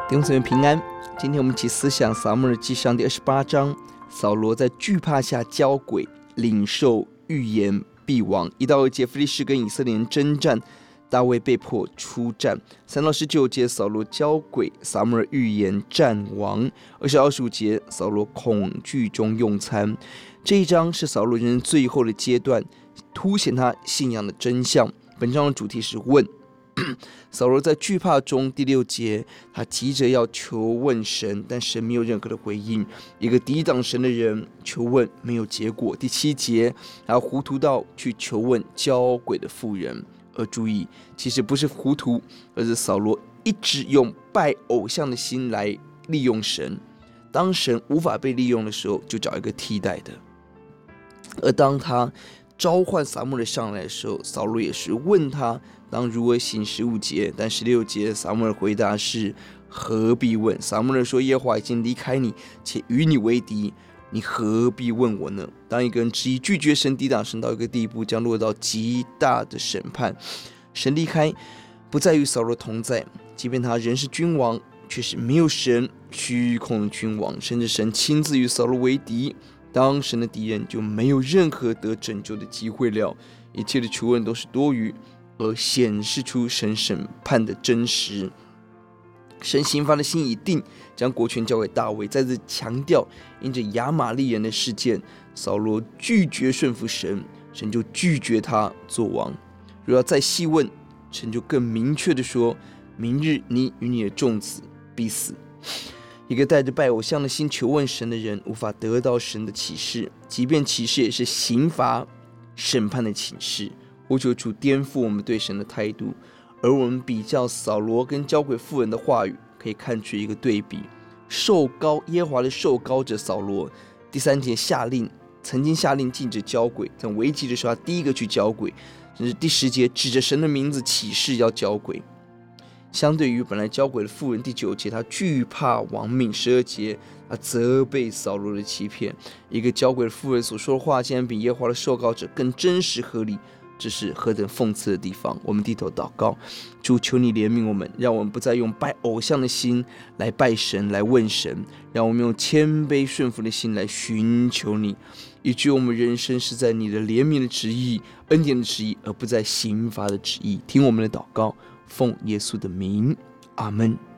弟兄姊妹平安，今天我们一起思想撒母耳记上第28章，扫罗在惧怕下交鬼，领受预言必亡。1到2节，非利士跟以色列人征战，大卫被迫出战。3到19节，扫罗交鬼，撒母耳预言战亡。20到25节，扫罗恐惧中用餐。这一章是扫罗人生最后的阶段，凸显他信仰的真相。本章的主题是问。扫罗在惧怕中，第6节，他急着要求问神，但神没有任何的回应。一个抵挡神的人求问没有结果。第7节，他糊涂到去求问交鬼的妇人。而注意，其实不是糊涂，而是扫罗一直用拜偶像的心来利用神。当神无法被利用的时候，就找一个替代的。而当他召唤撒母耳上来的时候，扫罗也是问他当如何行。15节，但16节撒母耳回答是何必问？撒母耳说，耶和华已经离开你，且与你为敌，你何必问我呢？当一个人执意拒绝神，抵挡神到一个地步，将落到极大的审判。神离开不在于扫罗同在，即便他人是君王，却是没有神虚空的君王，甚至神亲自与扫罗为敌。当神的敌人就没有任何得拯救的机会了，一切的求问都是多余，而显示出神审判的真实。神刑罚的心已定，将国权交给大卫。再次强调，因着亚玛利人的事件，扫罗拒绝顺服神，神就拒绝他做王。若要再细问，神就更明确的说，明日你与你的众子必死。一个带着拜偶像的心求问神的人，无法得到神的启示，即便启示也是刑罚审判的启示。我求主颠覆我们对神的态度。而我们比较扫罗跟交鬼妇人的话语，可以看出一个对比。受膏耶和华的受膏者扫罗，第3节曾经下令禁止交鬼，在危急的时候他第一个去交鬼。甚至第10节指着神的名字起誓要交鬼。相对于本来交鬼的妇人，第9节他惧怕亡命。12节他责备扫罗的欺骗。一个交鬼的妇人所说的话，竟然比耶和华的受膏者更真实合理，这是何等讽刺的地方。我们低头祷告，主，求你怜悯我们，让我们不再用拜偶像的心来拜神，来问神，让我们用谦卑顺服的心来寻求你，以至于我们人生是在你的怜悯的旨意、恩典的旨意，而不在刑罚的旨意。听我们的祷告，奉耶稣的名，阿们。